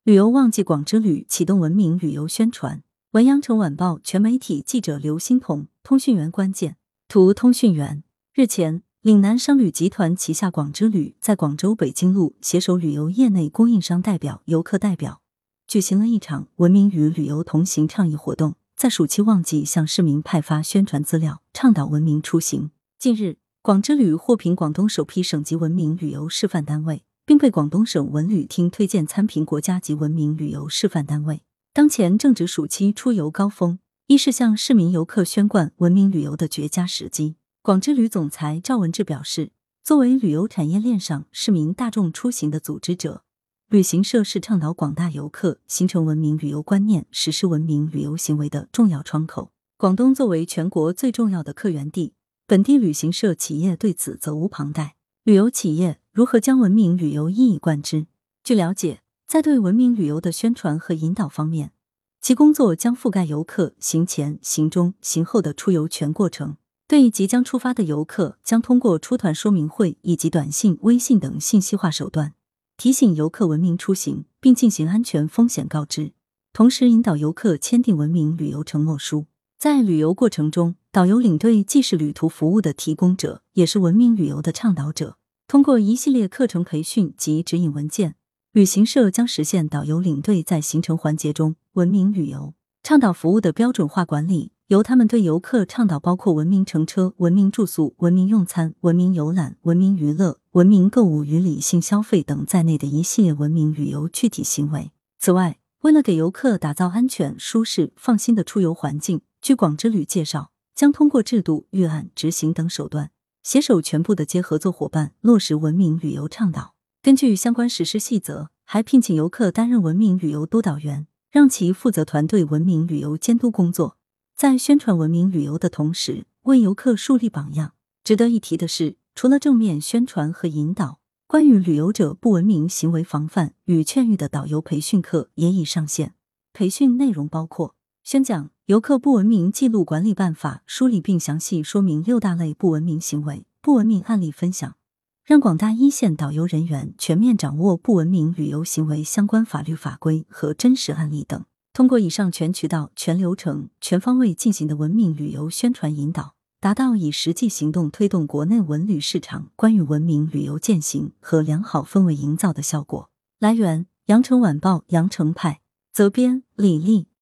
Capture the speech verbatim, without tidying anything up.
旅游旺季广之旅启动文明旅游宣传。文阳城晚报全媒体记者刘欣彤，通讯员关键图通讯员。日前，岭南商旅集团旗下广之旅在广州北京路携手旅游业内供应商代表、游客代表，举行了一场文明与旅游同行倡议活动，在暑期旺季向市民派发宣传资料，倡导文明出行。近日，广之旅获评广东首批省级文明旅游示范单位，并被广东省文旅厅推荐参评国家级文明旅游示范单位。当前正值暑期出游高峰，一是向市民游客宣贯文明旅游的绝佳时机。广之旅总裁赵文志表示，作为旅游产业链上市民大众出行的组织者，旅行社是倡导广大游客形成文明旅游观念、实施文明旅游行为的重要窗口。广东作为全国最重要的客源地，本地旅行社企业对此责无旁贷。旅游企业如何将文明旅游一以贯之？据了解，在对文明旅游的宣传和引导方面，其工作将覆盖游客行前、行中、行后的出游全过程。对即将出发的游客，将通过出团说明会以及短信、微信等信息化手段，提醒游客文明出行，并进行安全风险告知，同时引导游客签订文明旅游承诺书。在旅游过程中，导游领队既是旅途服务的提供者，也是文明旅游的倡导者。通过一系列课程培训及指引文件，旅行社将实现导游领队在行程环节中文明旅游倡导服务的标准化管理，由他们对游客倡导包括文明乘车、文明住宿、文明用餐、文明游览、文明娱乐、文明购物与理性消费等在内的一系列文明旅游具体行为。此外，为了给游客打造安全、舒适、放心的出游环境，据广之旅介绍，将通过制度、预案、执行等手段，携手全部的接合作伙伴，落实文明旅游倡导。根据相关实施细则，还聘请游客担任文明旅游督导员，让其负责团队文明旅游监督工作，在宣传文明旅游的同时，为游客树立榜样。值得一提的是，除了正面宣传和引导，关于旅游者不文明行为防范与劝喻的导游培训课也已上线。培训内容包括宣讲《游客不文明记录管理办法》，梳理并详细说明六大类不文明行为、不文明案例分享，让广大一线导游人员全面掌握不文明旅游行为相关法律法规和真实案例等。通过以上全渠道、全流程、全方位进行的文明旅游宣传引导，达到以实际行动推动国内文旅市场关于文明旅游践行和良好氛围营造的效果。来源：羊城晚报羊城派，责编：李丽。